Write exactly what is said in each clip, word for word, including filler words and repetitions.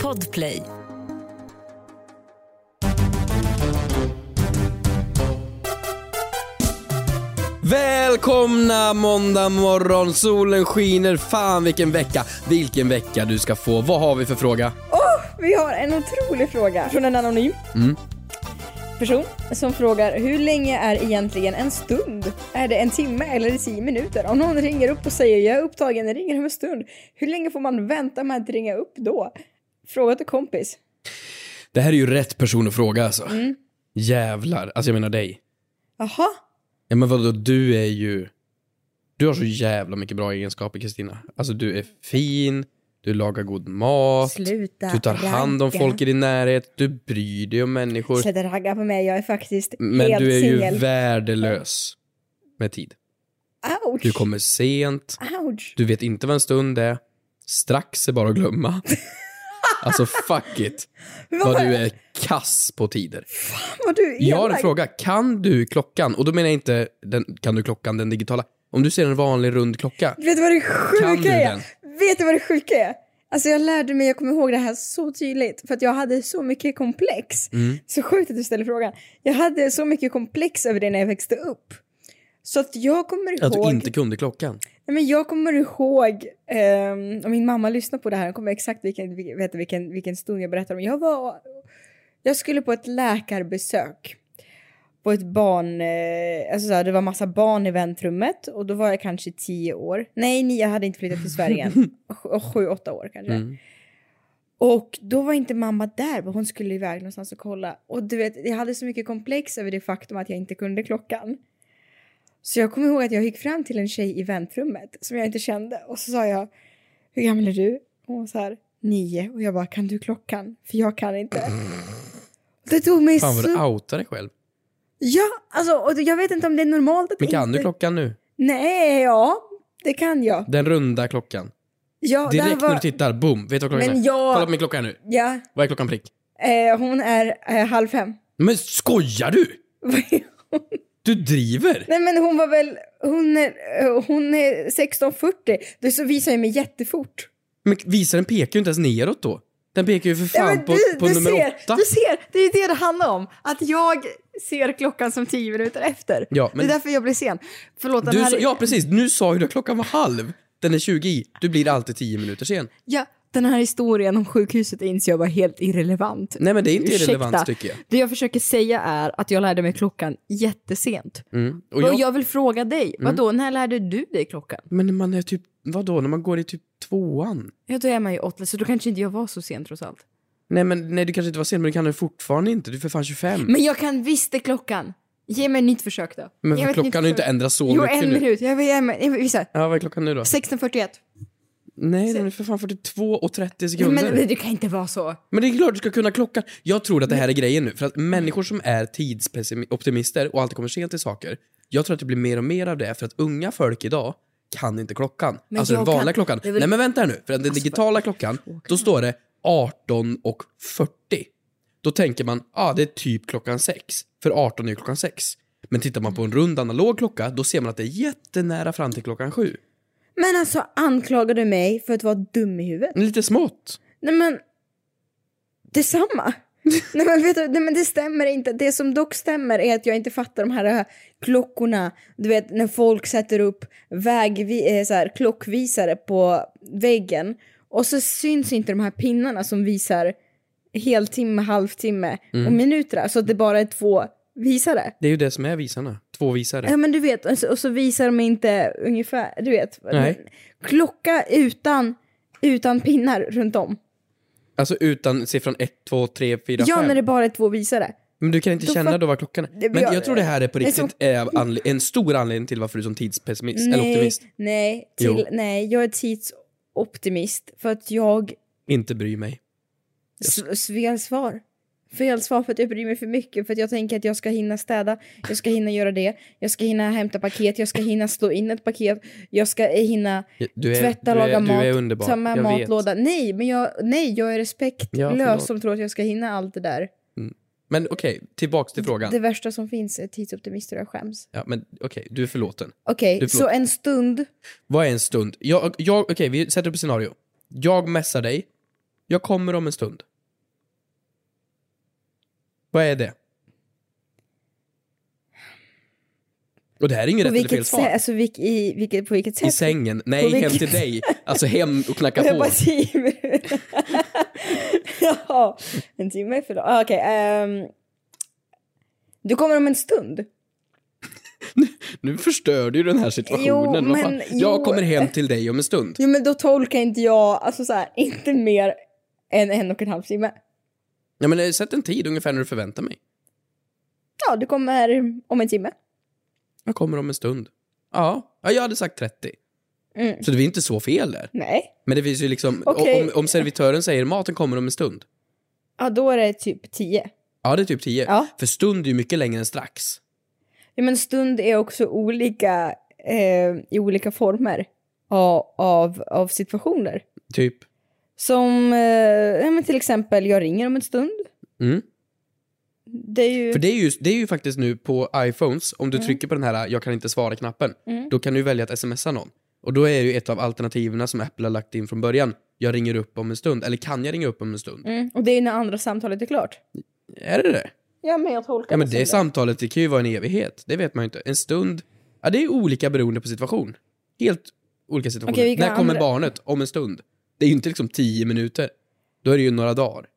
Podplay. Välkomna måndag morgon, solen skiner, fan vilken vecka, vilken vecka du ska få. Vad har vi för fråga? Oh, vi har en otrolig fråga från en anonym mm. person som frågar: hur länge är egentligen en stund? Är det en timme eller tio minuter? Om någon ringer upp och säger jag är upptagen, ringer om en stund, hur länge får man vänta med att ringa upp då? Fråga till kompis. Det här är ju rätt person att fråga alltså. Mm. Jävlar, alltså jag menar dig. Jaha. Ja men vadå, du är ju... Du har så jävla mycket bra egenskaper, Kristina. Alltså du är fin, du lagar god mat. Sluta du tar hand om ragga. folk i din närhet, du bryr dig om människor. Sluta ragga på mig, jag är faktiskt men helt du är singel. ju värdelös med tid. Ouch. Du kommer sent. Ouch. Du vet inte vad en stund är. Strax är bara att glömma. Alltså fuck it. Vad du är kass på tider. Fan vad du är Jag har en elak. fråga. Kan du klockan? Och då menar jag inte den, kan du klockan, den digitala. Om du ser en vanlig rund klocka. Vet du vad det Kan sjuka du är? den? Vet du vad det sjuka är? Alltså jag lärde mig, jag kommer ihåg det här så tydligt. För att jag hade så mycket komplex. Mm. Så sjukt att du ställer frågan. Jag hade så mycket komplex över det när jag växte upp. Så att jag kommer ihåg... Att du inte kunde klockan. Nej, men jag kommer ihåg... Um, och min mamma lyssnar på det här. Hon kommer exakt vilken, vet vilken, vilken stund jag berättar om. Jag var... Jag skulle på ett läkarbesök. På ett barn... Eh, alltså så här, det var massa barn i väntrummet. Och då var jag kanske tio år. Nej, nej jag hade inte flyttat till Sverige än. Sju, åtta år kanske. Mm. Och då var inte mamma där. Hon skulle iväg någonstans och kolla. Och du vet, jag hade så mycket komplex över det faktum att jag inte kunde klockan. Så jag kommer ihåg att jag gick fram till en tjej i väntrummet som jag inte kände. Och så sa jag, hur gammal är du? Och hon var så här, nio. Och jag bara, kan du klockan? För jag kan inte. Det tog mig Fan vad så... du outar dig själv. Ja, alltså, och jag vet inte om det är normalt att Men kan inte... du klockan nu? Nej, ja, det kan jag. Den runda klockan. Ja, det här Direkt var... när du tittar, boom. Vet du vad klockan Men är? jag- Kolla på min klocka nu. Ja, Vad är klockan prick? eh, hon är eh, halv fem. Men skojar du? Du driver? Nej men hon var väl, hon är, eh, hon är sexton fyrtio. Det så visar jag mig jättefort. Men visar den pekar ju inte ens neråt då. Den pekar ju för fan Ja, men på, du, på du nummer ser, åtta. Du ser, det är det det handlar om. Att jag ser klockan som tio minuter efter. Ja, men- Det är därför jag blir sen. Förlåt, den Du här... sa, ja precis, nu sa ju du att klockan var halv. Den är tjugo i. Du blir alltid tio minuter sen. Ja, den här historien om sjukhuset inser jag var helt irrelevant. Nej men det är inte Ursäkta. irrelevant tycker jag. Det jag försöker säga är att jag lärde mig klockan jättesent. Mm. Och Och jag, jag vill fråga dig, vadå, när lärde du dig klockan? Men man är typ, vadå, när man går i typ tvåan? Ja, då är man ju åtta, så då kanske inte jag var så sent trots allt. Nej men nej, du kanske inte var sen, men du kan det fortfarande inte. Du är för fan tjugofem. Men jag kan visst det klockan. Ge mig ett nytt försök då. Men Ge mig ett klockan nytt har ju inte försök. ändrats så Jo, mycket en nu. minut. Jag vill ge mig, jag vill visa. Ja, vad är klockan nu då? sexton fyrtioett. Nej, den är för fan fyrtiotvå och trettio sekunder. Men, Men, men det kan inte vara så. det är klart du ska kunna klockan. Jag tror att det här är grejen nu. För att människor som är tidsoptimister och alltid kommer sent till saker. Jag tror att det blir mer och mer av det. För att unga folk idag kan inte klockan. Men alltså den jag vanliga kan- klockan. det är väl- Nej men vänta här nu. För att den Alltså, digitala klockan, då står det arton och fyrtio. Då tänker man, ja ah, det är typ klockan sex. För arton är ju klockan sex. Men tittar man på en rund analog klocka, då ser man att det är jättenära fram till klockan sju. Men alltså, anklagar du mig för att vara dum i huvudet? Lite smått. Nej men, detsamma. Nej men vet du, nej men det stämmer inte. Det som dock stämmer är att jag inte fattar de här, här klockorna. Du vet, när folk sätter upp väg, så här, klockvisare på väggen. Och så syns inte de här pinnarna som visar heltimme, halvtimme och minuter. Så att det bara är två visare. Det är ju det som är visarna. Två visare. Ja men du vet, och så, och så visar de inte ungefär, du vet. Nej. Klocka utan, utan pinnar runt om. Alltså utan siffran ett, två, tre, fyra, Ja, fem. när det bara är två visare. Men du kan inte Då känna fatt- då vad klockan är. Det- Men jag- jag tror det här är på det är riktigt så- är anle- en stor anledning till varför du är som tidspessimist eller Nej, optimist nej, till, Jo. nej, jag är tidsoptimist för att jag inte bryr mig. s- fel svar. Fel svar för att jag bryr mig för mycket. För att jag tänker att jag ska hinna städa. Jag ska hinna göra det. Jag ska hinna hämta paket. Jag ska hinna slå in ett paket. Jag ska hinna Du är, tvätta, du är, laga du mat. är underbar. Ta med jag matlåda. Nej, men jag, nej, jag är Ja, respektlös förlåt. som tror att jag ska hinna allt det där. vet. Men okej, tillbaks till frågan. Det värsta som finns är tidsoptimister och jag skäms. Ja, men okej, du är förlåten. Okej, Du är så förlåten. en stund. Vad är en stund? Jag, jag, okej, vi sätter upp ett scenario. Jag messar dig Jag kommer om en stund. Vad är det? Och det här är ingen på rätt eller fel vilket svar. sätt, alltså vilk, i, vilket, på vilket sätt? I sängen. Nej, På hem vilket- till dig. Alltså hem och knacka Jag på. bara tio minuter. Ja, en timme för då. Ah, okej. ehm, du kommer om en stund. Nu förstör du ju den här situationen. Jo, Vad men- fan? jo. Jag kommer hem till dig om en stund. Jo, men då tolkar inte jag, alltså så här, inte mer än en och en halv timme. Ja, men sätt en tid ungefär när du förväntar mig. Ja, du kommer om en timme. Jag kommer om en stund. Ja, ja jag hade sagt trettio. Mm. Så det är inte så fel där. Nej. Men det finns ju liksom, Okej. om, om servitören säger maten kommer om en stund. Ja, då är det typ tio. Ja, det är typ tio. Ja. För stund är ju mycket längre än strax. Ja, men stund är också olika eh, i olika former av, av, av situationer. Typ. Som eh, ja, men till exempel, jag ringer om en stund. Mm. Det är ju... För det är, ju, det är ju faktiskt nu på iPhones, om du trycker på den här jag kan inte svara-knappen, Mm. då kan du välja att smsa någon. Och då är ju ett av alternativen som Apple har lagt in från början, jag ringer upp om en stund, eller kan jag ringa upp om en stund? Mm. Och det är ju när andra samtalet är klart. Är det det? Ja, men jag tolkar Ja, men som det samtalet, det kan ju vara en evighet, det vet man ju inte. En stund, ja det är olika beroende på situation. Helt olika situationer. Okej, vilka När kommer andra- barnet? Om en stund. Det är ju inte liksom tio minuter. Då är det ju några dagar.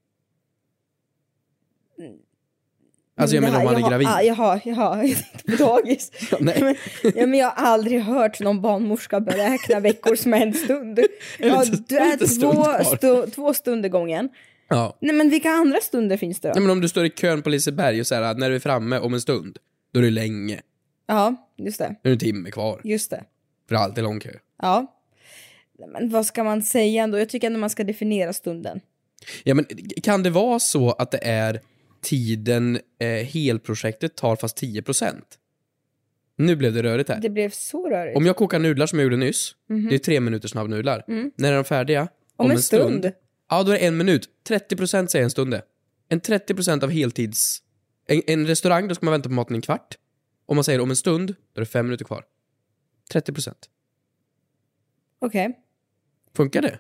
Alltså jag Men det menar om här- man är gravid. Ah, jaha, jaha, jag tänkte på dagis. Ja, nej. men, ja, men jag har aldrig hört någon barnmorska beräkna veckor som en stund. Ja, lite- du är lite stund två, kvar. stu, två stunder gången. Ja. Nej, men vilka andra stunder finns det då? Ja, men om du står i kön på Liseberg och säger att när du är framme om en stund, då är det länge. Ja, just det. Då är det en timme kvar. Just det. För det är alltid lång kö. Ja. Nej, men vad ska man säga ändå? Jag tycker ändå man ska definiera stunden. Ja, men kan det vara så att det är tiden eh, helprojektet tar fast tio procent? Nu blev det rörigt här. Det blev så rörigt. Om jag kokar nudlar som jag gjorde nyss, det är tre minuters snabbnudlar. När är de färdiga? Om en stund. Ja, då är det en minut. trettio procent säger en stund det. En trettio procent av heltids... En, en restaurang, då ska man vänta på maten en kvart. Om man säger om en stund, då är det fem minuter kvar. trettio procent. Okej. Funkar det?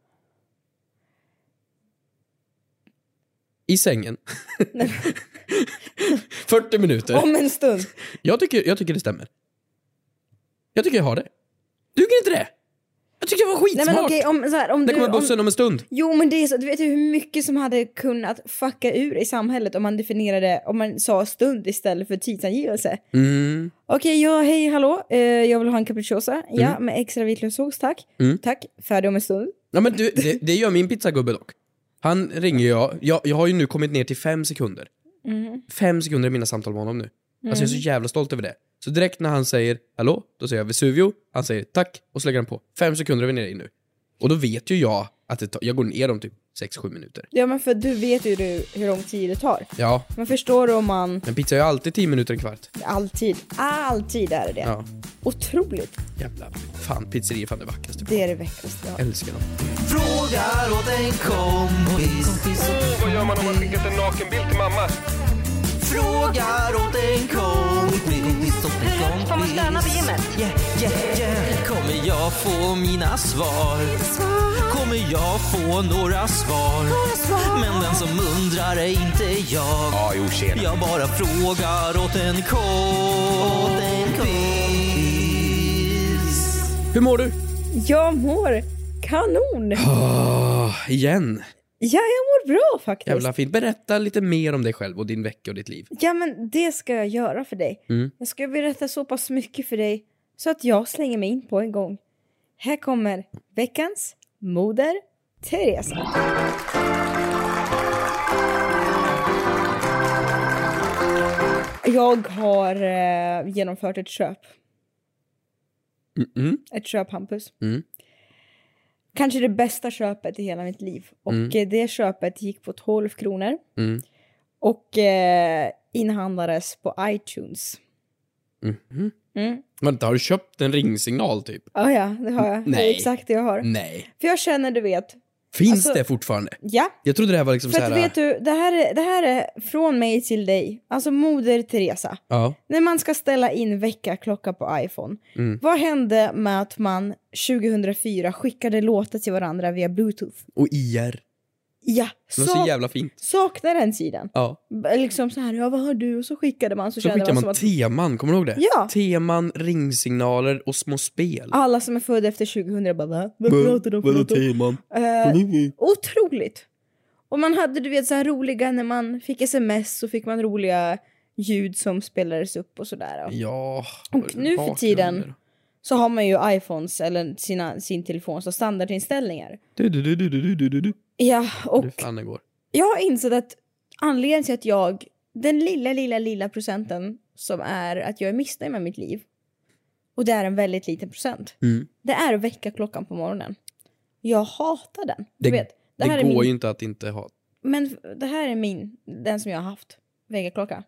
I sängen. fyrtio minuter. Om en stund. Jag tycker, jag tycker det stämmer. Jag tycker jag har det. Duger inte det? Jag tycker det var skitsmart. Nej, men okej, om, så här, om Det du... kommer bussen om, om en stund. Jo, men det är så, du vet ju hur mycket som hade kunnat fucka ur i samhället om man definierade, om man sa stund istället för tidsangivelse. Mm. Okej, ja, hej, hallå, eh, jag vill ha en capricciosa, ja, med extra vitlökssås, tack. Mm. Tack, färdig om en stund. Ja, men du, det, det gör min pizzagubbe dock. Han ringer jag. jag. Jag har ju nu kommit ner till fem sekunder. Mm. Fem sekunder i mina samtal med honom nu. Alltså jag är så jävla stolt över det. Så direkt när han säger hallå, då säger jag Vesuvio. Han säger tack och så lägger han på. Fem sekunder är vi nere i nu. Och då vet ju jag att det tar, jag går ner om typ sex sju minuter. Ja, men för du vet ju du, hur lång tid det tar. Ja, Man förstår om man... men pizza är ju alltid tio minuter en kvart. Alltid, alltid är det det. Ja, Otroligt. jävla fan, pizzerier är fan det vackraste. Det är det vackraste jag har. Älskar dem. Frågar åt en kompis. Vad gör man om man skickat en nakenbild till mamma? Frågar åt en kompis. Får man stanna på gymmet? Yeah, yeah, yeah. Kommer jag få mina svar? Kommer jag få några svar? Men den som undrar är inte jag. Ja, jo, tjena. Jag bara frågar åt en kompis. Hur mår du? Jag mår kanon. Oh, igen. Ja, jag mår bra faktiskt. Jävla fint. Berätta lite mer om dig själv och din vecka och ditt liv. Ja, men det ska jag göra för dig. Mm. Jag ska berätta så pass mycket för dig så att jag slänger mig in på en gång. Här kommer veckans moder Teresa. Jag har eh, genomfört ett köp. Mm-mm. Ett köp, Hampus. Mm. Kanske det bästa köpet i hela mitt liv. Och Mm. eh, det köpet gick på tolv kronor. Mm. Och eh, inhandlades på iTunes. Mhm. Mm. Vänta, har du köpt en ringsignal typ? Ja, ja, det har jag. Det är Nej. exakt det jag har. Nej. För jag känner, du vet, Finns Alltså, det fortfarande? Ja. Jag trodde det här var liksom För så att här... vet du, det här, är, det här är från mig till dig. Alltså moder Teresa. Ja. När man ska ställa in väckarklocka på iPhone. Mm. Vad hände med att man tjugohundrafyra skickade låtar till varandra via Bluetooth? Och I R. Ja, Det var så så jävla fint. saknar den tiden. Ja. B- Liksom så här, ja vad har du? Och så skickade man. Så, Så kände skickar man som att teman, kommer du ihåg det? Ja. Teman, ringsignaler och små spel. alla som är födda efter tjugohundra bara, va? Vad pratar de för något? teman? Eh, Otroligt. Och man hade, du vet, så här roliga, när man fick sms så fick man roliga ljud som spelades upp och sådär. Ja. Och nu för tiden så har man ju iPhones eller sina, sin telefon så standardinställningar. Du, du, du, du, du, du, du, du. Ja, och Du fan det går. jag har insett att anledningen till att jag, den lilla, lilla, lilla procenten som är att jag är missnöjd med mitt liv, och det är en väldigt liten procent, Mm. det är att väcka klockan på morgonen. Jag hatar den. Du Det, vet, det, det här är går min, ju inte att inte ha. men det här är min, den som jag har haft, väckarklocka.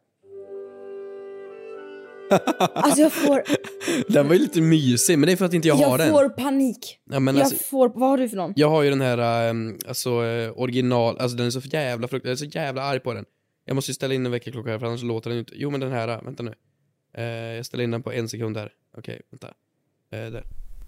Alltså jag får, Den var ju lite mysig, men det är för att inte jag, har jag den. får panik. Ja, men Jag alltså, får, vad har du för någon? jag har ju den här, ähm, alltså äh, original, alltså den är så jävla frukt, jag är så jävla arg på den. Jag måste ju ställa in en väckarklocka här för annars låter den inte. Jo men den här, äh, vänta nu. Uh, jag ställer in den på en sekund här. Okej, okay, vänta. Uh, där.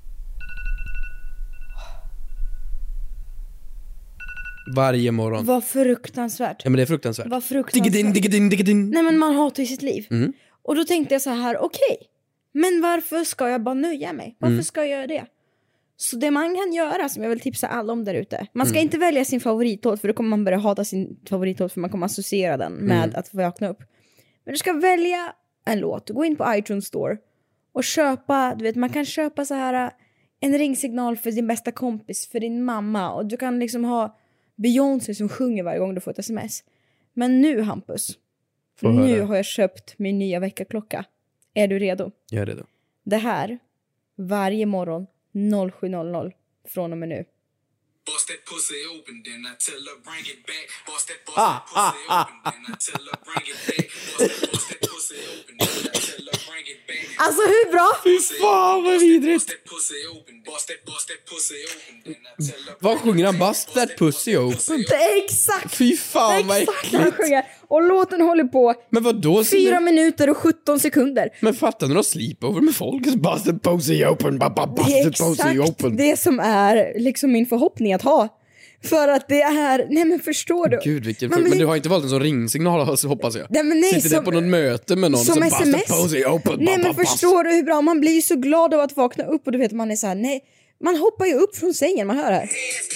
Varje morgon. Vad fruktansvärt. Ja men det är fruktansvärt. Vad fruktansvärt. Diggedin, diggedin, diggedin. Nej men man hatar ju sitt liv. Mm. Och då tänkte jag så här, okej. Men varför ska jag bara nöja mig? Varför Mm. ska jag göra det? Så det man kan göra, som jag vill tipsa alla om där ute. Man ska Mm. inte välja sin favoritlåt, för då kommer man börja hata sin favoritlåt, för man kommer associera den med Mm. att vakna upp. Men du ska välja en låt, gå in på iTunes Store och köpa, du vet, man kan köpa så här en ringsignal för din bästa kompis, för din mamma, och du kan liksom ha Beyoncé som sjunger varje gång du får ett sms. Men nu, Hampus, Får nu höra. har jag köpt min nya väckarklocka. Är du redo? Jag är redo. Det här, varje morgon sju noll noll från och med nu. Bust that pussy open, then I tell her bring it back. Bust that bust that pussy open, then I tell her bring it back. Bust that bust that pussy open, then I tell her bring it back. Alltså hur bra? Fy fan vad vidrigt. Bust that pussy open, bust that bust that pussy open, then I tell her. Vad sjunger han? Bust that pussy open? Det är exakt, Fy fan vad exakt vad han äckligt. sjunger. Och låten håller på Men vadå? fyra minuter och sjutton sekunder. Men fattar när de sleepover med folk? Bust that pussy open, ba, ba, bust Det är that pussy exakt open. det som är liksom min förhoppning att ha. För att det är, nej men förstår du? Gud vilken Man frukt. Men blir- du har inte valt en sån ringsignal alltså, hoppas jag. Nej, men nej, Sitter som- där på något möte med någon som som sms. bust that pussy open. Nej ba, men ba, bust. förstår du hur bra? Man blir ju så glad av att vakna upp och du vet man är så här, nej. Man hoppar ju upp från sängen, man hör det här.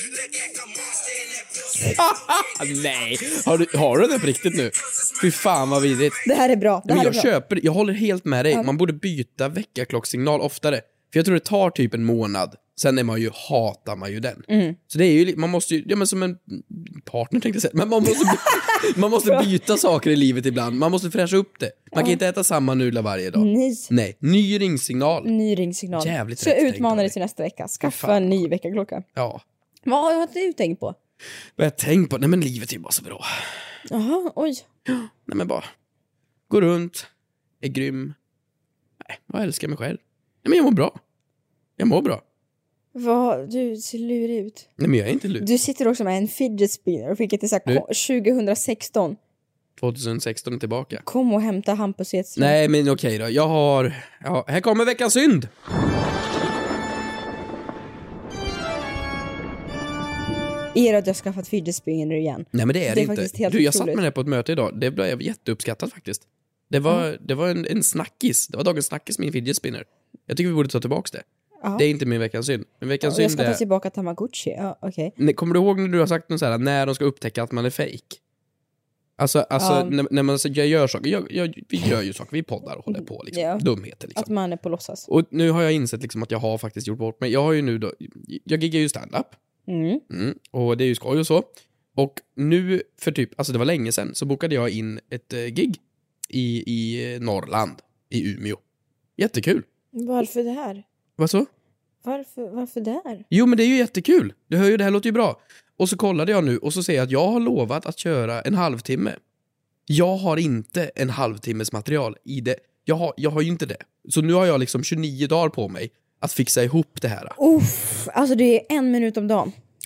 Nej, har du, har du det på riktigt nu? Fy fan vad vidrigt. Det här är bra, det Men här är jag bra. köper, jag håller helt med dig. Man borde byta väckarklocksignal oftare. För jag tror det tar typ en månad. Sen är man ju, hatar man ju den. Mm. Så det är ju, li- man måste ju, ja men som en partner tänkte jag säga. Men man måste, by- man måste byta saker i livet ibland. Man måste fräscha upp det. Man kan inte äta samma nudlar varje dag. Nej. Nej, ny ringsignal. Ny ringsignal. Jävligt Så jag rätt tänkt utmanar av dig dig. till nästa vecka. Skaffa fan. en ny väckarklocka. Ja. Vad har du tänkt på? Vad jag tänkt på, nej men livet är ju bara så bra. Jaha, oj. Nej men bara, gå runt, är grym. Nej, jag älskar mig själv. Nej men jag mår bra. Jag mår bra. Vad, du ser lurig ut. Nej men jag är inte lur. Du sitter också med en fidget spinner och fick ett så Du? här tjugohundrasexton. tjugohundrasexton är tillbaka. Kom och hämta Hampus i ett sving. Nej men okej då, jag har, ja, här kommer veckans synd. Är det att jag har skaffat fidget spinner igen? Nej men det är Det det, är faktiskt inte. helt Du, jag satt otroligt. med det på ett möte idag. Det blev jätteuppskattat faktiskt. Det var, det var en, en snackis. Det var dagens snackis, min fidget spinner. Jag tycker vi borde ta tillbaka det. Ja. Det är inte min veckans synd. Min veckans Och jag synd ska ta är... tillbaka Tamagotchi. Ja, okej. Nej, kommer du ihåg när du har sagt något så här, när de ska upptäcka att man är fake? Alltså, alltså Ja. när, när man så, jag gör saker, jag, jag, vi gör ju saker, vi poddar och håller på liksom. Ja. Dumheter liksom. Att man är på låtsas. Och nu har jag insett liksom att jag har faktiskt gjort bort mig. Jag har ju nu då, jag giggar ju stand-up. Mm. Mm, och det är ju skoj och så. Och nu för typ, alltså det var länge sedan, så bokade jag in ett uh, gig i, i Norrland, i Umeå. Jättekul. Varför det här? Vad så? Varför, varför där? Jo men det är ju jättekul. Du hör ju, det här låter ju bra. Och så kollade jag nu och så ser jag att jag har lovat att köra en halvtimme. Jag har inte en halvtimmes material i det. Jag har, jag har ju inte det. Så nu har jag liksom tjugonio dagar på mig att fixa ihop det här. Uff, alltså det är en minut om dagen.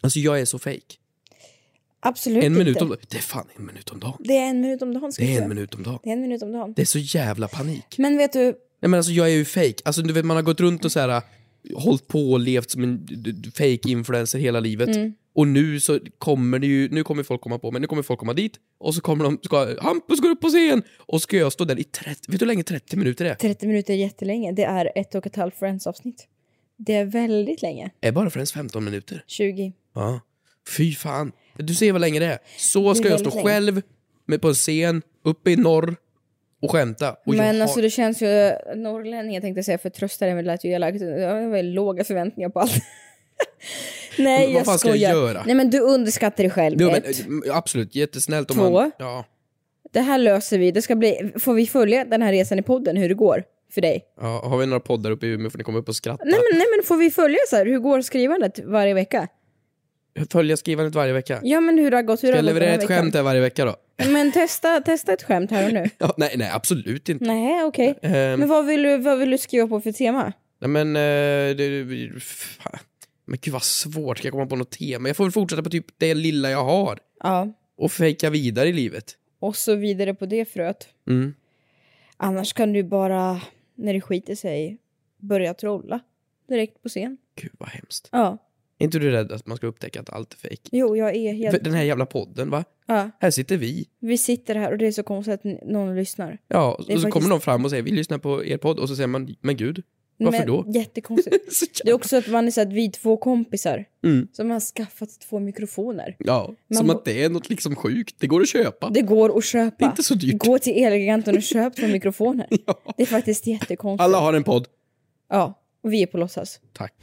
Alltså jag är så fake. Absolut En minut inte. om dagen. Det är fan en minut om dagen. Det är en minut om dagen. ska Det är jag en säga. minut om dagen. Det är en minut om dagen. Det är så jävla panik. Men vet du, Nej men alltså jag är ju fake. Alltså du vet man har gått runt och så här hållit på och levt som en d- d- fake influencer hela livet. Mm. Och nu så kommer det ju, nu kommer folk komma på mig, nu kommer folk komma dit och så kommer de, ska, Hampus går upp på scen och ska jag stå där i trettio, vet du hur länge trettio minuter är? trettio minuter är jättelänge. Det är ett och ett halvt Friends-avsnitt. Det är väldigt länge. Är bara för ens femton minuter. tjugo. Ja. Fy fan. Du ser vad länge det är. Så ska Det är jag stå väldigt länge. själv med på en scen uppe i norr och skämta. Och Men jag alltså har... det känns ju, norrlänning jag tänkte säga för trösta dig, men det lät ju elakt. Jag har väldigt låga förväntningar på allt. Nej, Vad jag fan ska skojar. jag göra? Nej men du underskattar dig själv. Jo, Ett. men, absolut, jättesnällt om Två. man... Ja. Det här löser vi. Det ska bli, får vi följa den här resan i podden, hur det går för dig? Ja, har vi några poddar uppe i Umeå får ni komma upp och skratta. Nej men, nej men får vi följa så här, hur går skrivandet varje vecka? Följa skrivandet varje vecka. Ja men hur det har gått, hur Ska det jag har gått den leverera här ett veckan? skämt här varje vecka då? Men testa, testa ett skämt här och nu. Ja, nej, nej, absolut inte. Nej, okej. Ehm. Men vad vill, du, vad vill du skriva på för tema? Nej men, eh, det, fan. Men gud vad svårt, ska jag komma på något tema? Jag får väl fortsätta på typ det lilla jag har. Ja. Och fejka vidare i livet. Och så vidare på det fröet. Mm. Annars kan du bara, när det skiter sig, börja trolla. Direkt på scen. Gud vad hemskt. Ja. Är inte du rädd att man ska upptäcka att allt är fejk? Jo, jag är helt... För den här jävla podden, va? Ja. Här sitter vi. Vi sitter här och det är så konstigt att n- någon lyssnar. Ja, och så Det är faktiskt- kommer någon fram och säger vi lyssnar på er podd och så säger man, men gud, varför Men, då? Jättekonstigt. Så Det är också att man är så att vi är två kompisar Mm. som har skaffat två mikrofoner. Ja, Man som må- att det är något liksom sjukt. Det går att köpa. Det går att köpa. Det är inte så dyrt. Gå till Elgiganten och köp två mikrofoner. Ja. Det är faktiskt jättekonstigt. Alla har en podd. Ja, och vi är på låtsas. Tack.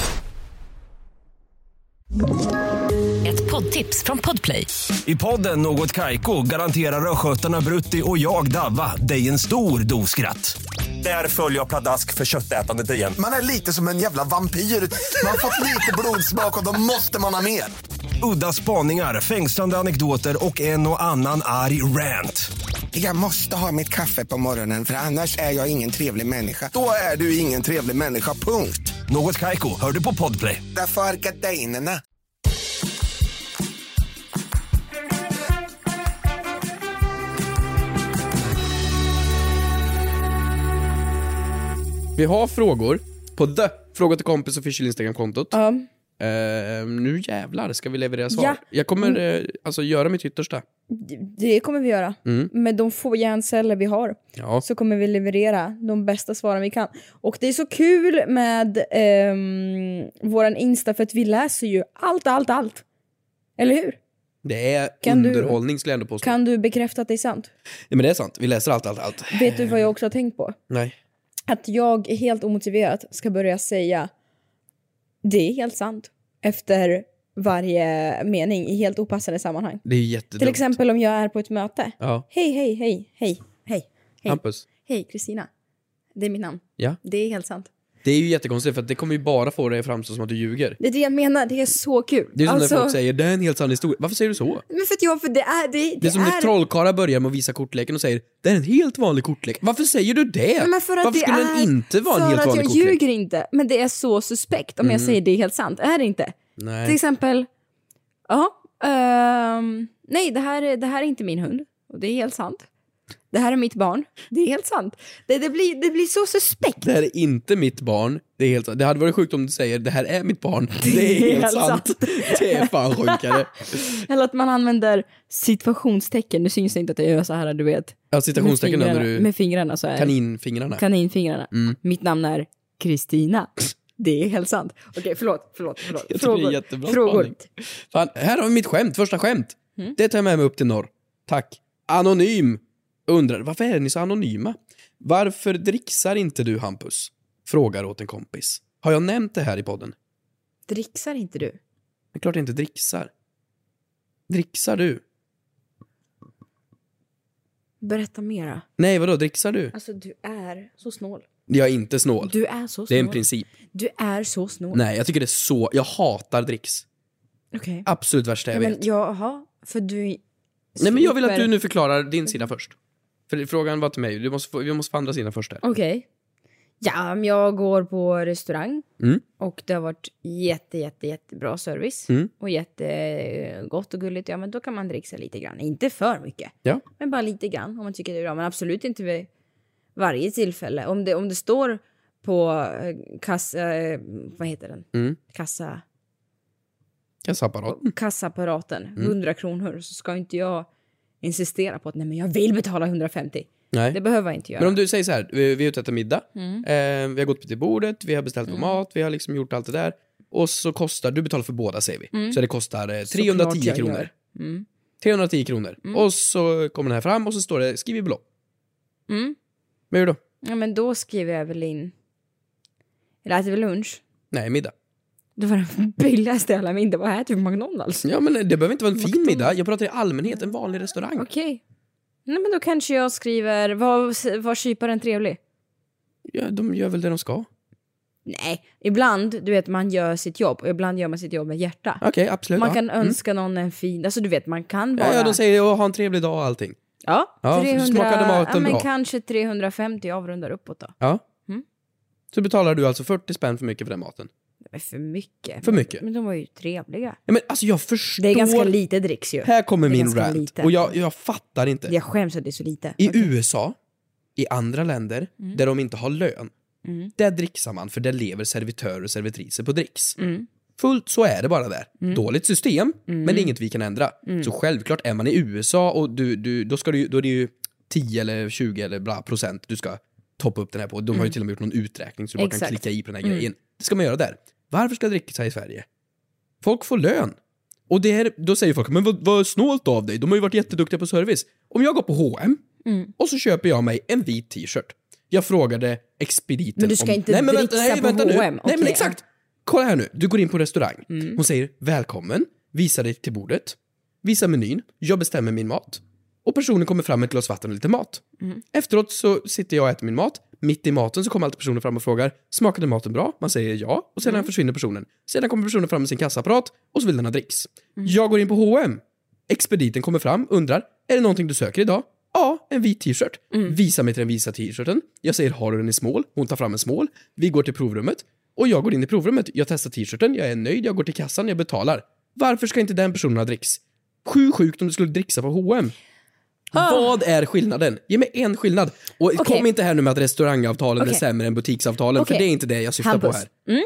Ett poddtips från Podplay. I podden Något Kaiko garanterar östgötarna Brutti och jag Davva dig en stor dos skratt. Där följer jag pladask för köttätandet igen. Man är lite som en jävla vampyr. Man har fått lite blodsmak och då måste man ha mer. Udda spaningar, fängslande anekdoter och en och annan arg rant. Jag måste ha mitt kaffe på morgonen för annars är jag ingen trevlig människa. Då är du ingen trevlig människa, punkt. Något Kaiko, hör du på Podplay. Därför är gardinerna. Vi har frågor på The Fråga till kompis official Instagram-kontot. Ja. Eh, nu jävlar ska vi leverera svar. Ja. Jag kommer eh, alltså göra mitt yttersta. Det- Det kommer vi göra. Mm. Med de få hjärnceller vi har Ja. så kommer vi leverera de bästa svaren vi kan. Och det är så kul med ehm, våran Insta för att vi läser ju allt, allt, allt. Eller hur? Det är Kan du- underhållning skulle jag ändå påstå. Kan du bekräfta att det är sant? Ja, men det är sant. Vi läser allt, allt, allt. Vet du vad jag också har tänkt på? Nej. Att jag helt omotiverat ska börja säga det är helt sant efter varje mening i helt opassande sammanhang. Det är jättedumt. Till exempel om jag är på ett möte. Ja. Hej, hej, hej, hej, hej, hej. Hampus. Hej, Kristina. Det är mitt namn. Ja. Det är helt sant. Det är ju jättekonstigt för att det kommer ju bara få dig att framstå som att du ljuger. Det är det jag menar, det är så kul. Det är som Alltså- när folk säger det är en helt sann historia. Varför säger du så? Men för att jag, för det är, det, det, Det är som när trollkarlar börjar med att visa kortleken och säger det är en helt vanlig kortlek. Varför säger du det? Men för att Varför det skulle är, den inte vara en helt För att vanlig jag kortlek? ljuger inte, men det är så suspekt om jag säger det är helt sant. Är det inte? Nej. Till exempel, ja, ehm, nej det här, är, det här är inte min hund. Och det är helt sant. Det här är mitt barn. Det är helt sant. Det, det, blir, det blir så suspekt. Det här är inte mitt barn. Det är helt sant. Det hade varit sjukt om du säger det här är mitt barn. Det är helt sant. Det är fan sjukare. Eller att man använder situationstecken. Det syns inte att jag gör så här, du vet. Ja, citationstecken med fingrarna, använder du. med fingrarna så här. Kaninfingrarna. Kaninfingrarna. Mm. Mitt namn är Kristina. Det är helt sant. Okej, förlåt, förlåt, förlåt. Jag tycker det är jättebra Frågor. spaning. Fan, här har vi mitt skämt, första skämt. Mm. Det tar jag med mig upp till norr. Tack. Anonym. Undrar, varför är ni så anonyma? Varför dricksar inte du, Hampus? Frågar åt en kompis. Har jag nämnt det här i podden? Dricksar inte du? Det är klart jag inte dricksar. Dricksar du? Berätta mera. Nej, vadå? Dricksar du? Alltså, du är så snål. Jag är inte snål. Du är så snål. Det är en princip. Du är så snål. Nej, jag tycker det är så... Jag hatar dricks. Okej. Absolut värsta jag Ja, vet. men jaha, för du... Nej, men jag vill att slipper- du nu förklarar din sida först. För frågan var till mig. Du måste få, vi måste få andra sidan först här. Okej. Ja, men jag går på restaurang. Mm. Och det har varit jätte, jätte, jättebra service. Mm. Och jättegott och gulligt. Ja, men då kan man dricksa lite grann. Inte för mycket. Ja. Men bara lite grann om man tycker det är bra. Men absolut inte vid varje tillfälle. Om det, om det står på eh, kassa... Eh, vad heter den? Mm. Kassa... Kassaapparaten. Kassapparaten. Mm. hundra kronor. Så ska inte jag insistera på att nej, men jag vill betala hundrafemtio. Nej. Det behöver jag inte göra. Men om du säger så här, vi, vi är ute efter middag. Mm. Eh, vi har gått till bordet, vi har beställt Mm. på mat, vi har liksom gjort allt det där. Och så kostar, du betalar för båda säger vi. Mm. Så det kostar eh, trehundratio Såklart jag kronor. gör. Mm. trehundratio kronor. Mm. Och så kommer den här fram och så står det, skriv i belopp. Mm. Vad gör du då? Ja, men då skriver jag väl in... Eller äter vi lunch? Nej, middag. Det var den billigaste jävla middag. Vad äter vi på McDonalds? Ja, men det behöver inte vara en fin McDonald's. middag. Jag pratar i allmänhet, en vanlig restaurang. Okej. Okay. Nej, men då kanske jag skriver... Var, var kyparen trevlig? Ja, de gör väl det de ska. Nej, ibland, du vet, man gör sitt jobb. Och ibland gör man sitt jobb med hjärta. Okej, okay, absolut. Man ja. kan önska mm. någon en fin... Alltså, du vet, man kan bara... Ja, ja de säger att ha en trevlig dag och allting. Ja, ja trehundra, smakade maten ja, men bra. kanske trehundrafemtio avrundar uppåt då. Ja. Mm. Så betalar du alltså fyrtio spänn för mycket för den maten? Det är för mycket. För mycket? Men, men de var ju trevliga. Ja, men alltså jag förstår... Det är ganska lite dricks ju. Här kommer min ganska rant. lite. Och jag, jag fattar inte. Jag skäms att det är så lite. I okay. U S A, i andra länder, Mm. där de inte har lön, Mm. där dricksar man för där lever servitörer och servitriser på dricks. Mm. Fullt så är det bara där. Mm. Dåligt system, Mm. men det är inget vi kan ändra. Mm. Så självklart är man i U S A och du, du, då, ska du, då är det ju tio eller tjugo eller bla procent du ska toppa upp den här på. De har ju Mm. till och med gjort någon uträkning så du bara Exakt. kan klicka i på den här Mm. grejen. Det ska man göra där. Varför ska jag dricka sig i Sverige? Folk får lön. Och det är, då säger folk, men vad, vad snålt av dig? De har ju varit jätteduktiga på service. Om jag går på H och M Mm. och så köper jag mig en vit t-shirt. Jag frågade expediten Men du ska om... inte nej, men vänta, dricksa nej, på vänta nu. H och M. Nej, Okej, men ja. exakt. Kolla här nu. Du går in på restaurang. Mm. Hon säger välkommen. Visar dig till bordet. Visar menyn. Jag bestämmer min mat. Och personen kommer fram med ett glas vatten och lite mat. Mm. Efteråt så sitter jag och äter min mat. Mitt i maten så kommer alltid personen fram och frågar, smakade maten bra? Man säger ja. Och sedan Mm. försvinner personen. Sedan kommer personen fram med sin kassaapparat och så vill den ha dricks. Mm. Jag går in på H och M. Expediten kommer fram, undrar, är det någonting du söker idag? Ja, en vit t-shirt. Mm. Visa mig till den visa t-shirten. Jag säger, har du den i smål? Hon tar fram en smål. Vi går till provrummet. Och jag går in i provrummet. Jag testar t-shirten. Jag är nöjd. Jag går till kassan. Jag betalar. Varför ska inte den personen ha dricks? Sju sjukt om du skulle dricksa på H och M. Ah. Vad är skillnaden? Ge mig en skillnad. Och Okay. kom inte här nu med att restaurangavtalen Okay. är sämre än butiksavtalen. Okay. För det är inte det jag syftar Hampus. på här. Mm.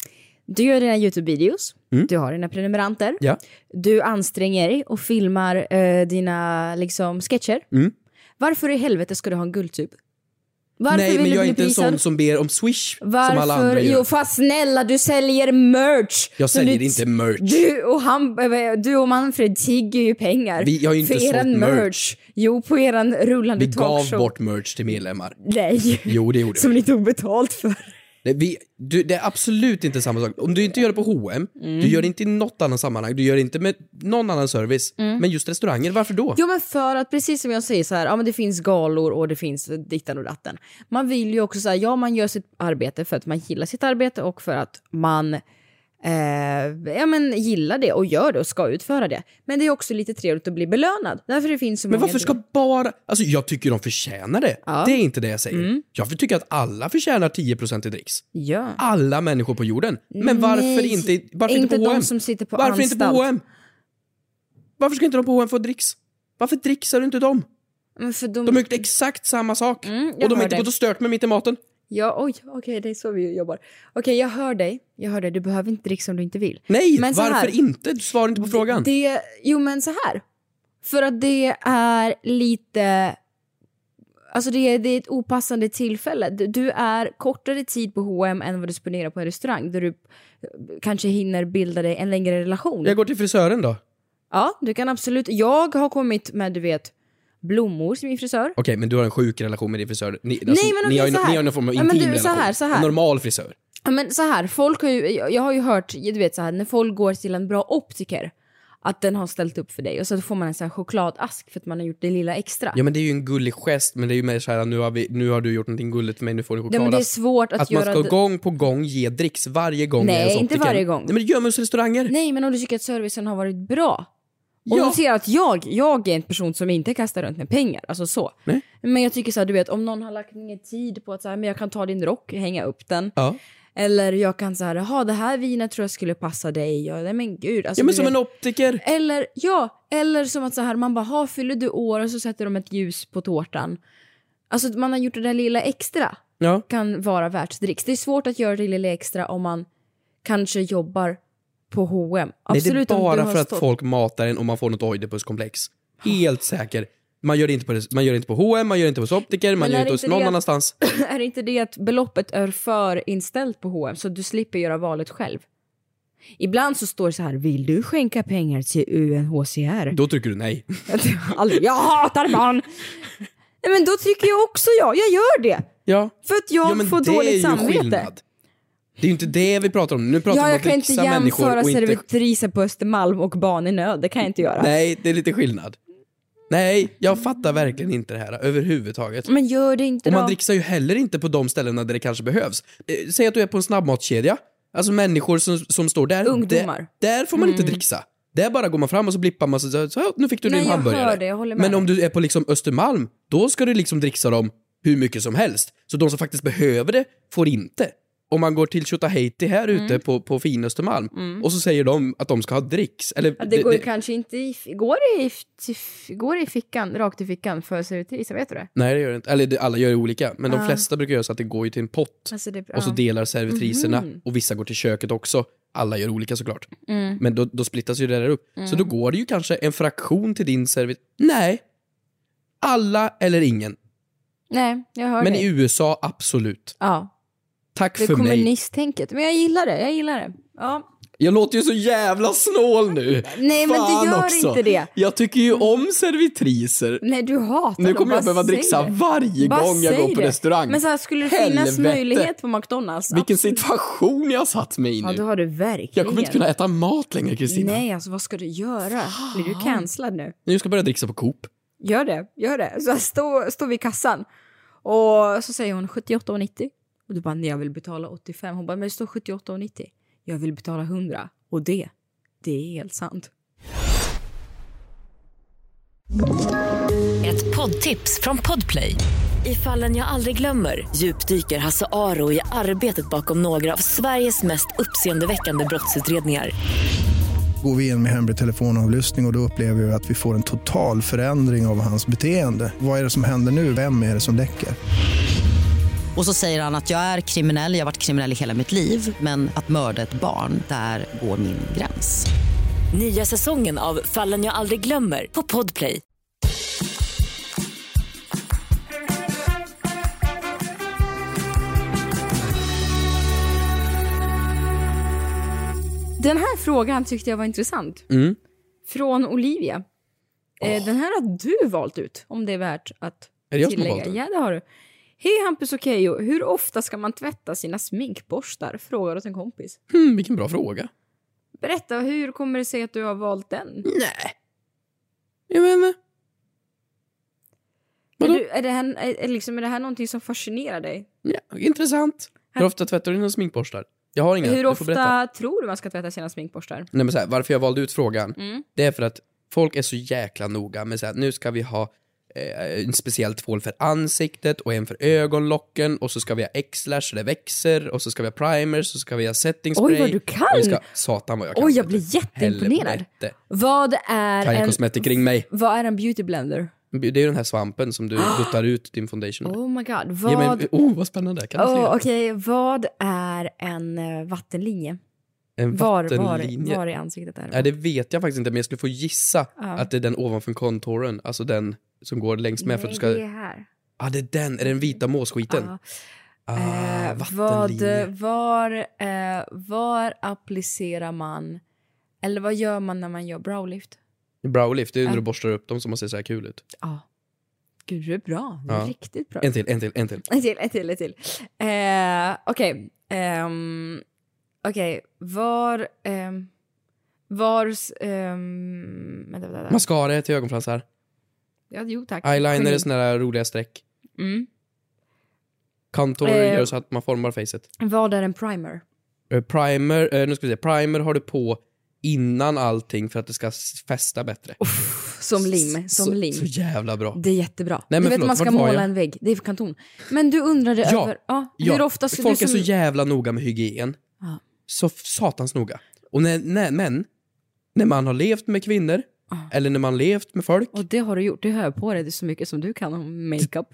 Du gör dina YouTube-videos. Mm. Du har dina prenumeranter. Ja. Du anstränger dig och filmar eh, dina liksom, sketcher. Mm. Varför i helvete ska du ha en guldtub? Varför Nej, vill men du jag är bli inte en prisad? sån som ber om Swish Varför? som alla andra gör. Jo, fast snälla, du säljer merch. Jag Så säljer du, inte merch. Du och, han, du och Manfred tigger ju pengar. Vi- jag har ju inte för sålt eran merch. Jo, på eran rullande Vi gav talkshow. bort merch till medlemmar. Nej. Jo, det gjorde Som vi. ni tog betalt för. Det, vi, du, det är absolut inte samma sak. Om du inte gör det på H och M, Mm. du gör det inte i något annat sammanhang, du gör det inte med någon annan service, Mm. men just restauranger, varför då? Jo, men för att precis som jag säger så här, ja men det finns galor och det finns dittan och datten. Man vill ju också säga, ja man gör sitt arbete för att man gillar sitt arbete och för att man eh, ja men gillar det och gör det och ska utföra det. Men det är också lite trevligt att bli belönad. Därför det finns så Men många varför ska del- bara... Alltså jag tycker de förtjänar det. Ja. Det är inte det jag säger. Mm. Jag tycker att alla förtjänar tio procent i dricks. Ja. Alla människor på jorden. Men varför Nej, inte, varför inte, inte på H och M? de som sitter på varför inte på anstalt. H och M? Varför ska inte de på H och M få dricks? Varför dricksar du inte dem? Men för de... De har gjort exakt samma sak. Mm, jag och de har hör inte dig. gått och stört mig mitt i maten. Ja, oj, okej, det är så vi jobbar. Okej, jag hör dig. Jag hör dig. Du behöver inte dricka om du inte vill. Nej, Men så varför här- inte? Du svarar inte på frågan. Det, jo, men så här. För att det är lite... Alltså det är, det är ett opassande tillfälle. Du, du är kortare tid på H och M än vad du spenderar på en restaurang. Där du kanske hinner bilda dig en längre relation. Jag går till frisören då. Ja, du kan absolut. Jag har kommit med, du vet, blommor till min frisör. Okej, men du har en sjuk relation med din frisör. Ni, alltså, Nej, men ni, okej, har, ju- så här. ni har någon form av Ja, intim men du, så relation. här, så här. En normal frisör. Ja, men så här, folk har ju, jag jag har ju hört, du vet så här, när folk går till en bra optiker, att den har ställt upp för dig och så får man en sån här chokladask för att man har gjort det lilla extra. Ja, men det är ju en gullig gest, men det är ju mer så här, nu har, vi, nu har du gjort någonting gulligt för mig, nu får du Nej, choklad. men det är svårt att, Att göra man ska det- gång på gång ge dricks varje gång. Nej, jag är hos inte optikern. varje gång. Nej, men det gör man hos restauranger. Nej, men om du tycker att servicen har varit bra Och Ja. hon ser att jag, jag är en person som inte kastar runt med pengar. Alltså så. Nej. Men jag tycker så här, du vet, om någon har lagt ner tid på att så här, men jag kan ta din rock, hänga upp den. Ja. Eller jag kan så här, ha det här vinet tror jag skulle passa dig. Och, nej men gud. Alltså, Ja men du som vet. en optiker. Eller, ja, eller som att så här, man bara, ha, fyller du år och så sätter de ett ljus på tårtan. Alltså man har gjort det där lilla extra. Ja. Kan vara världsdricks. Det är svårt att göra det lilla extra om man kanske jobbar på H och M. Absolut. Nej, det är om du bara har för att stått- folk matar en och man får något oidipuskomplex. Helt säker. Man gör det inte på, man gör det inte på H och M, man gör det inte hos optiker, man Men gör är det inte hos inte någon det att- annanstans. Är det inte det att beloppet är för inställt på H och M så du slipper göra valet själv? Ibland så står det så här, vill du skänka pengar till U N H C R? Då trycker du nej. Aldrig. Jag hatar barn! Nej, men då tycker jag också ja, jag gör det. Ja. För att jag ja, men får det är dåligt ju samvete. skillnad. Det är ju inte det vi pratar om. Nu pratar Ja, vi om jag att kan inte dricksa människor jämföra och inte... servitriser på Östermalm och barn i nöd. Det kan jag inte göra. Nej, det är lite skillnad. Nej, jag fattar verkligen inte det här överhuvudtaget. Men gör det inte Och då. man dricksar ju heller inte på de ställena där det kanske behövs. Eh, säg att du är på en snabbmatskedja. Alltså människor som, som står där. Ungdomar. Där, där får man inte dricksa. Där bara går man fram och så blippar man så, så, så nu fick du Nej, din jag hamburgare. hör det, jag håller med Men dig. om du är på liksom Östermalm, då ska du liksom dricksa dem hur mycket som helst. Så de som faktiskt behöver det får inte. Om man går till Tjotahejti här ute Mm. på, på fin Östermalm och så säger de att de ska ha dricks. Eller, Ja, det går ju kanske inte i, går det i, till- går det i fickan, rakt i fickan för servitriser, vet du det? Nej, det gör det inte. Eller det, alla gör det olika. Men de Ah. flesta brukar göra så att det går ju till en pott. Alltså det, Och så ja. delar servitriserna. Mhm. Och vissa går till köket också. Alla gör olika såklart. Mm. Men då, då splittas ju det där upp. Så då går det ju kanske en fraktion till din servitris. Nej. Alla eller ingen. Nej, jag hör Men det. i U S A, absolut. Ja, Tack det för mig. kommunisttänket. Men jag gillar det, jag gillar det. Ja. Jag låter ju så jävla snål nu. Nej, men det Fan gör också. inte det. Jag tycker ju om servitriser. Nej, du hatar Nu dem, kommer jag bara behöva säg dricksa det. varje Bara gång jag säg går på det. restaurang. Men så här, skulle det finnas Helvete. möjlighet på McDonalds? Vilken Absolut. situation jag har satt mig i nu. Ja, det har du verkligen. Jag kommer inte kunna äta mat längre, Kristina. Nej, alltså vad ska du göra? Blir du cancellad nu? Jag ska börja dricksa på Coop. Gör det, gör det. Så står stå vid kassan och så säger hon sjuttioåtta och nittio. Och du bara, nej jag vill betala åttiofem. Hon bara, men det står sjuttioåtta och nittio. Jag vill betala hundra. Och det, det är helt sant. Ett poddtips från Podplay. I Fallen jag aldrig glömmer djupdyker Hasse Aro i arbetet bakom några av Sveriges mest uppseendeväckande brottsutredningar. Går vi in med hemlig telefonavlyssning och, och då upplever vi att vi får en total förändring av hans beteende. Vad är det som händer nu? Vem är det som läcker? Och så säger han att jag är kriminell, jag har varit kriminell i hela mitt liv. Men att mörda ett barn, där går min gräns. Nya säsongen av Fallen jag aldrig glömmer på Podplay. Den här frågan tyckte jag var intressant. Mm. Från Olivia. Eh, den här har du valt ut, om det är värt att Är det jag som har tillägga. valt den? Ja, det har du. Hej Hampus och Keyyo, hur ofta ska man tvätta sina sminkborstar? Frågar åt en kompis. Hmm, vilken bra fråga. Berätta, hur kommer det sig att du har valt den? Nej. Jag menar. Är, Vadå? du, är, det här, är, är, liksom, är det här någonting som fascinerar dig? Ja, intressant. Hur ofta tvättar du dina sminkborstar? Jag har inga. Hur Du får berätta. ofta tror du man ska tvätta sina sminkborstar? Nej, men så här, varför jag valde ut frågan, Mm. det är för att folk är så jäkla noga med så här, nu ska vi ha eh, en speciell tvål för ansiktet och en för ögonlocken och så ska vi ha X-lash så det växer och så ska vi ha primer så ska vi ha setting spray. Oj, vad du kan! Och vi ska, satan vad jag kan. Oj, jag blir jätteimponerad. Helvete. Vad är Kaja en, Cosmetic, ring mig. vad är en beauty blender? Det är ju den här svampen som du duttar ut din foundation med. Oh my god, Ja, vad... men, oh, vad spännande. Kan du Oh, fler? Okej, vad är en uh, vattenlinje? En Var, vattenlinje. var, var i ansiktet är det? Nej, det vet jag faktiskt inte, men jag skulle få gissa Ja. att det är den ovanför kontoren, alltså den som går längst med för att du ska... Nej, det är här. Ja, ah, det är den. Är det den vita måsskiten? Ja. Ah, Eh, vad, vattenlinje. var, eh, var applicerar man, eller vad gör man när man gör browlift? Browlift, det är när Ja. du borstar upp dem som man ser så här kul ut. Ja. Gud, du är bra. Du är Ja. riktigt bra. En till, en till, en till. En till, en till, en till. Eh, Okej. ehm, Okej, var... Um, var... Um, vänta, vänta, vänta. Mascara är till ögonfransar. Ja, jo, tack. Eyeliner Geni. är såna där roliga streck. Mm. Contour Eh. gör så att man formar facet. Vad är en primer? Eh, primer, eh, nu ska vi se. Primer har du på innan allting för att det ska fästa bättre. Uff, som lim, som så, lim. Så jävla bra. Det är jättebra. Nej, men du vet förlåt, man ska vart var måla jag? en vägg. Det är för kanton. Men du undrade Ja, över ja, ja. hur ofta så folk du är som, så jävla noga med hygien. Ja. Så satans noga. Och när, när, men när man har levt med kvinnor Ja. eller när man levt med folk, Och det har du gjort. Det hör jag på dig. Det är så mycket som du kan om makeup.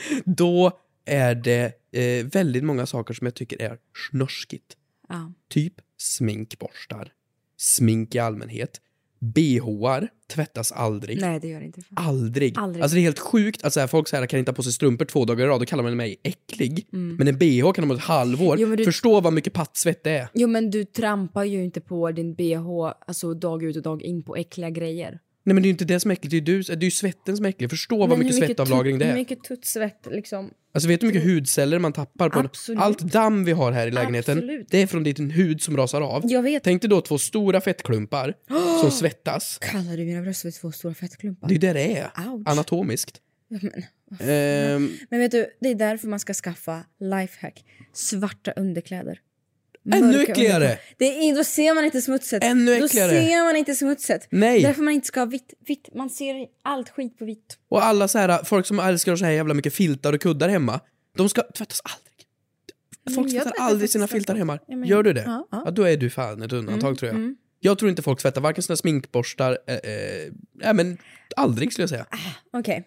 då är det eh, väldigt många saker som jag tycker är snorskigt. Ja. Typ sminkborstar, smink i allmänhet, B H-ar tvättas aldrig. Nej, det gör det inte. Aldrig. Aldrig. Alltså det är helt sjukt att så här, folk så här, kan inte ha på sig strumpor två dagar i rad. Då kallar man mig äcklig. Mm. Men en B H kan de ha ett halvår. Jo, men du- Förstå vad mycket pattsvett det är. Jo, men du trampar ju inte på din B H alltså dag ut och dag in på äckliga grejer. Nej, men det är ju inte det som är äckligt. Det är ju, du, det är ju svetten som är äcklig. Förstå vad mycket svettavlagring det Hur är. mycket tuttsvett liksom. Alltså vet du hur mycket hudceller man tappar på? Absolut. Allt damm vi har här i lägenheten, Absolut. det är från din hud som rasar av. Jag vet. Tänk dig då två stora fettklumpar som svettas. Kallar du mina bröst för två stora fettklumpar? Det är ju det det är. Ouch. Anatomiskt. Men, Ehm, men vet du, det är därför man ska skaffa lifehack. Svarta underkläder. Ännu Mörka äckligare. underkläder. Det är, då ser man inte smutset. Ännu Då äckligare. ser man inte smutset. Nej. Därför man inte ska ha vitt. vitt. Man ser allt skit på vitt. och alla så här, folk som älskar så här jävla mycket filtar och kuddar hemma, de ska tvättas aldrig. Folk jag tvättar tvättar aldrig faktiskt sina tvärtom. filtar hemma. Ja, men- Gör du det? Ja, ja. Ja, då är du fan ett undantag tror jag. mm. Jag tror inte folk tvättar varken sina sminkborstar, eh, eh, ja, men aldrig skulle jag säga. Okej.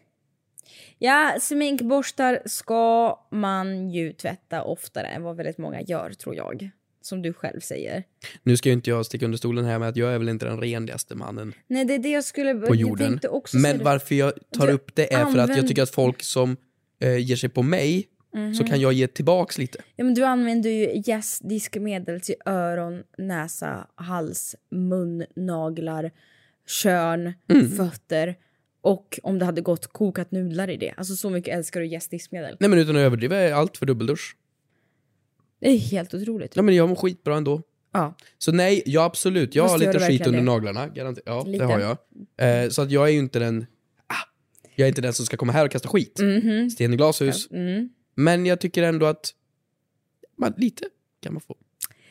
Ja, sminkborstar ska man ju tvätta oftare än vad väldigt många gör, tror jag. Som du själv säger. Nu ska ju inte jag sticka under stolen här med att jag är väl inte den renligaste mannen Nej, det är det jag skulle... på jag jorden. tänkte också säga Men det. varför jag tar Du upp det är för att jag använd- tycker att folk som eh, ger sig på mig, Mhm. så kan jag ge tillbaks lite. Ja, men du använder ju jästdiskmedel till öron, näsa, hals, mun, naglar, kön, Mm. fötter. Och om det hade gått kokat nudlar i det. Alltså så mycket älskar du jästdiskmedel. Nej, men utan att överdriva är allt för dubbeldusch. Det är helt otroligt. Ja, men jag mår skitbra ändå. Ja. Så nej, ja absolut. Jag Fast har gör lite du skit verkligen under det? naglarna. Garanti- ja, Lite. det har jag. Eh, så att jag är ju inte den... Ah, jag är inte den som ska komma här och kasta skit. Mhm. Sten i glashus. Mm. Men jag tycker ändå att man, lite kan man få.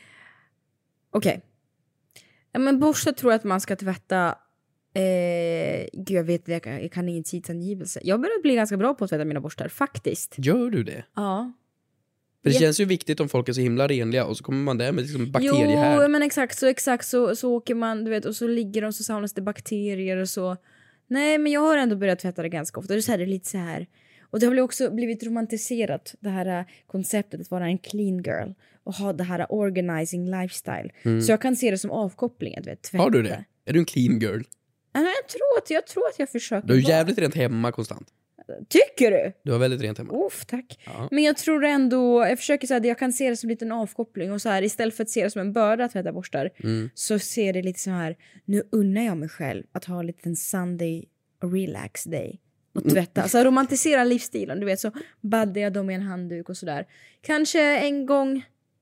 Okej. Ja, men borsta tror jag att man ska tvätta... Eh, gud, jag vet jag kan, jag kan ingen tidsangivelse. Jag börjar bli ganska bra på att tvätta mina borstar, faktiskt. Gör du det? Ja. För det Ja. känns ju viktigt om folk är så himla renliga och så kommer man där med liksom bakterier Jo, här. men exakt så, exakt så, så åker man, du vet, och så ligger de, så samlas det bakterier och så. Nej, men jag har ändå börjat tvätta det ganska ofta. Det är så här, det är lite så här. Och det har väl också blivit romantiserat, det här äh, konceptet att vara en clean girl och ha det här organizing lifestyle. Mm. Så jag kan se det som avkoppling, att vet, tvätta. Har du det? Är du en clean girl? Ja, men jag tror att jag tror att jag försöker. Du är ju vara. jävligt rent hemma konstant. Tycker du? Du har väldigt rent hemma. Uff, tack. Ja. Men jag tror ändå, jag försöker säga att jag kan se det som lite en avkoppling och så här, istället för att se det som en börda att tvätta borstar, Mm. så ser det lite så här, nu unnar jag mig själv att ha en liten Sunday relax day och tvätta, alltså romantisera livsstilen, du vet, så baddar jag dem i en handduk och sådär. Kanske en gång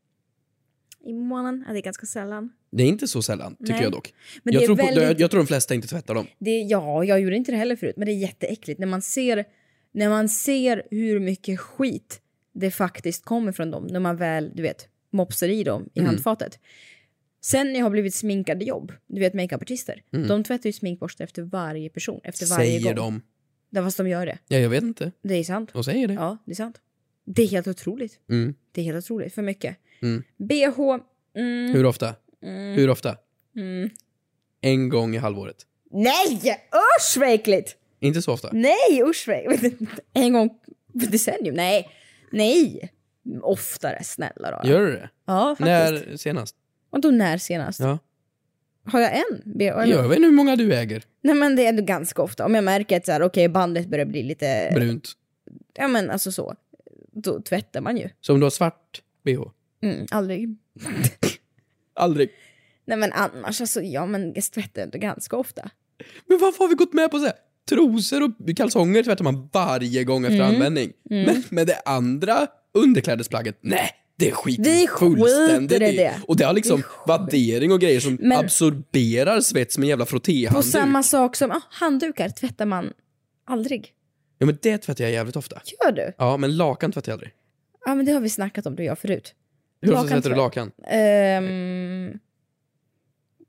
i månaden, ja, det är ganska sällan. Det är inte så sällan, tycker Nej. jag dock. Men Jag det är tror, på, väldigt- jag, jag tror de flesta inte tvättar dem. Det, ja, jag gjorde inte det heller förut, men det är jätteäckligt när man ser, när man ser hur mycket skit det faktiskt kommer från dem när man väl, du vet, mopsar i dem i Mm. handfatet. Sen när jag har blivit sminkade jobb, du vet makeupartister, Mm. de tvättar ju sminkborstar efter varje person, efter varje Säger gång. de. Ja, fast de gör det. Ja, jag vet inte. Det är sant. De säger det. Ja, det är sant. Det är helt otroligt. Mm. Det är helt otroligt, för mycket. Mm. B H, mm, Hur ofta? Mm. Hur ofta? Mm. En gång i halvåret. Nej! Usch vad äckligt! Inte så ofta. Nej, usch vad äckligt. En gång på decennium. Nej, nej. Oftare, snälla då. Gör du det? Ja, faktiskt. När senast? Och då när senast? Ja. Har jag en? B H, eller? Jag vet inte hur många du äger. Nej, men det är ändå ganska ofta. Om jag märker att så här, okej, bandet börjar bli lite... Brunt. Ja, men alltså så. Då tvättar man ju. Så om du har svart B H? Mm, aldrig. Aldrig. Nej, men annars, alltså, ja, men jag tvättar ändå ganska ofta. Men varför har vi gått med på så här? Trosor och kalsonger tvättar man varje gång efter Mm. användning. Mm. Men med det andra underklädesplagget, nej, det är skit. Vi skiter i det. Och det har liksom vaddering och grejer som Men- absorberar svett som en jävla På frottéhandduk. samma sak som ah, handdukar tvättar man aldrig. Ja, men det tvättar jag jävligt ofta. Gör du? Ja, men lakan tvättar jag aldrig. Ja, men det har vi snackat om, du och jag förut. Hur ofta Lakan tvättar du tvätt- lakan? Ehm,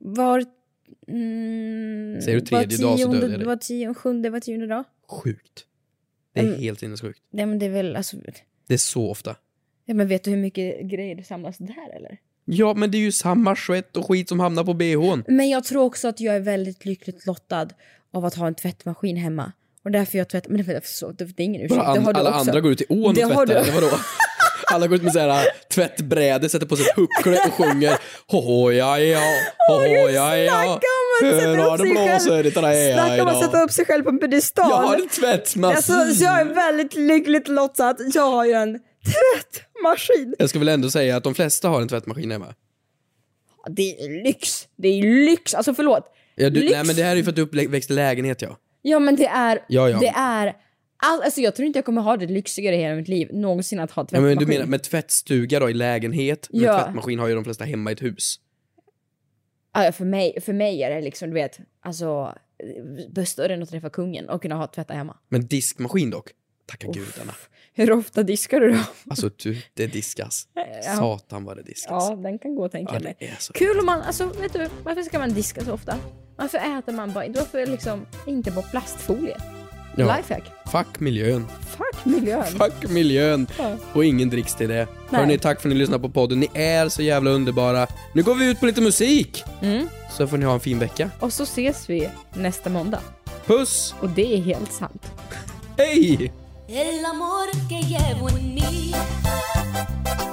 Var... Mm, Säger du tredje var dag så tionde, dödar jag dig. var tionde, sjunde, var tionde dag. Sjukt. Det är Mm. helt sinnessjukt. Nej, men det är väl, alltså... Det är så ofta. Ja, men vet du hur mycket grejer det samlas där, eller? Ja, men det är ju samma svett och skit som hamnar på B H:n. Men jag tror också att jag är väldigt lyckligt lottad av att ha en tvättmaskin hemma. Och därför jag tvättar... Men det är, så, det är ingen ursäkt. Bara Det an, har du alla också. andra går ut i ån och Det har tvättar. du. Det var då. Alla går ut med så här tvättbräde, sätter på sig ett huckle och sjunger Hoho ja ja, hoho ja ja. Hur har det blåser i trä Snacka om att idag? sätta upp sig själv på en pedestal. Jag har en tvättmaskin. Alltså, så jag är väldigt lyckligt lottad. Jag har ju en tvättmaskin. Jag ska väl ändå säga att de flesta har en tvättmaskin hemma. Det är lyx. Det är lyx. Alltså förlåt. Ja, du, lyx. nej, men det här är ju för att du uppväxt i lägenhet, ja. Ja, men det är... Ja, ja. Det är... All, alltså jag tror inte jag kommer ha det lyxigare i hela mitt liv någonsin att ha Ja, tvättmaskin. men du menar med tvättstuga då i lägenhet, men Ja. tvättmaskin har ju de flesta hemma i ett hus. Ja, för mig, för mig är det liksom, du vet, alltså större än att träffa kungen och kunna ha tvätta hemma. Men diskmaskin dock. Tacka gudarna. Hur ofta diskar du då? Alltså du, det diskas. Ja. Satan vad det diskas. Ja, den kan gå, tänker Ja, jag mig. det är så. Kul om man, alltså vet du, varför ska man diska så ofta? Varför äter man bara, varför liksom inte på plastfolie? Ja. Lifehack. Fuck miljön. Fuck miljön. Fuck miljön. Ja. Och ingen dricks till det. Nej. Hörrni, tack för att ni lyssnar på podden. Ni är så jävla underbara. Nu går vi ut på lite musik. Mm. Så får ni ha en fin vecka. Och så ses vi nästa måndag. Puss! Och det är helt sant. Hej! El amor que llevo en mí